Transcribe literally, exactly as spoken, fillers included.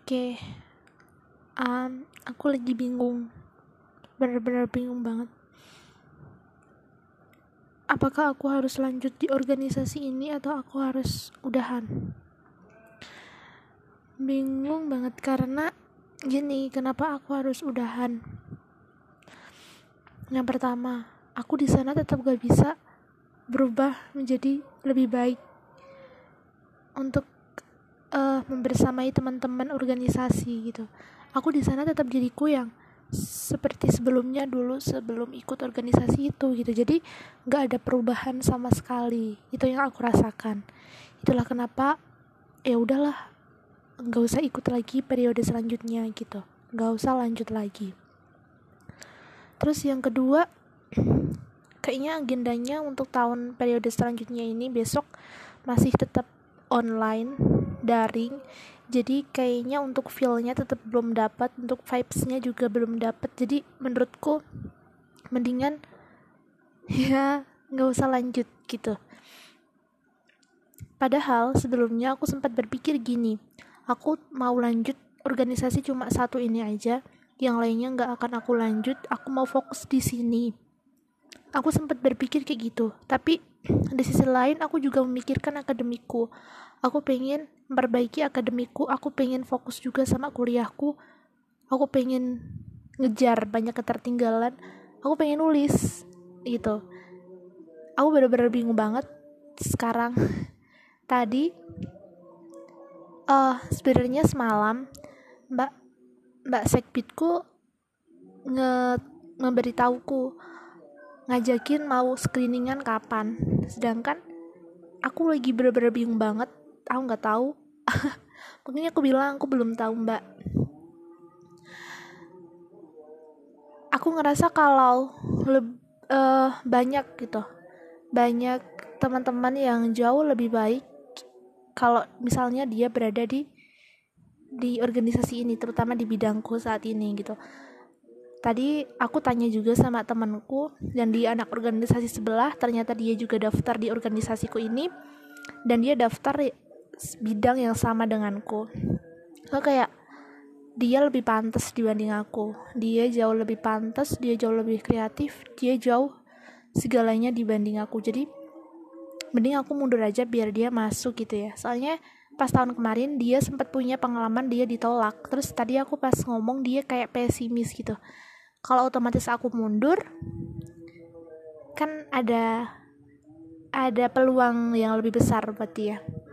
Oke, um, aku lagi bingung, bener-bener bingung banget. Apakah aku harus lanjut di organisasi ini atau aku harus udahan? Bingung banget karena gini, kenapa aku harus udahan? Yang pertama, aku di sana tetap gak bisa berubah menjadi lebih baik untuk uh, membersamai teman-teman organisasi gitu. Aku di sana tetap diriku yang seperti sebelumnya dulu sebelum ikut organisasi itu gitu. Jadi nggak ada perubahan sama sekali. Itu yang aku rasakan. Itulah kenapa ya udahlah, nggak usah ikut lagi periode selanjutnya gitu. Nggak usah lanjut lagi. Terus yang kedua, kayaknya agendanya untuk tahun periode selanjutnya ini besok masih tetap online, daring. Jadi kayaknya untuk feel-nya tetap belum dapat, untuk vibes-nya juga belum dapat. Jadi menurutku mendingan ya nggak usah lanjut gitu. Padahal sebelumnya aku sempat berpikir gini, aku mau lanjut organisasi cuma satu ini aja, yang lainnya nggak akan aku lanjut. Aku mau fokus di sini. Aku sempat berpikir kayak gitu, tapi di sisi lain aku juga memikirkan akademiku. Aku pengen memperbaiki akademiku, aku pengen fokus juga sama kuliahku, aku pengen ngejar banyak ketertinggalan, aku pengen nulis gitu. Aku benar-benar bingung banget sekarang. Tadi uh, sebenarnya semalam mbak mbak sekbidku nge memberitahuku ngajakin mau screeningan kapan, sedangkan aku lagi bener-bener bingung banget. Aku nggak tahu. Makanya aku bilang aku belum tahu mbak. Aku ngerasa kalau leb, uh, banyak gitu, banyak teman-teman yang jauh lebih baik kalau misalnya dia berada di di organisasi ini, terutama di bidangku saat ini gitu. Tadi aku tanya juga sama temanku dan dia anak organisasi sebelah, ternyata dia juga daftar di organisasiku ini dan dia daftar bidang yang sama denganku. So kayak dia lebih pantas dibanding aku. Dia jauh lebih pantas, dia jauh lebih kreatif, dia jauh segalanya dibanding aku. Jadi mending aku mundur aja biar dia masuk gitu ya. Soalnya pas tahun kemarin dia sempat punya pengalaman dia ditolak. Terus tadi aku pas ngomong dia kayak pesimis gitu. Kalau otomatis aku mundur, kan ada ada peluang yang lebih besar buat dia.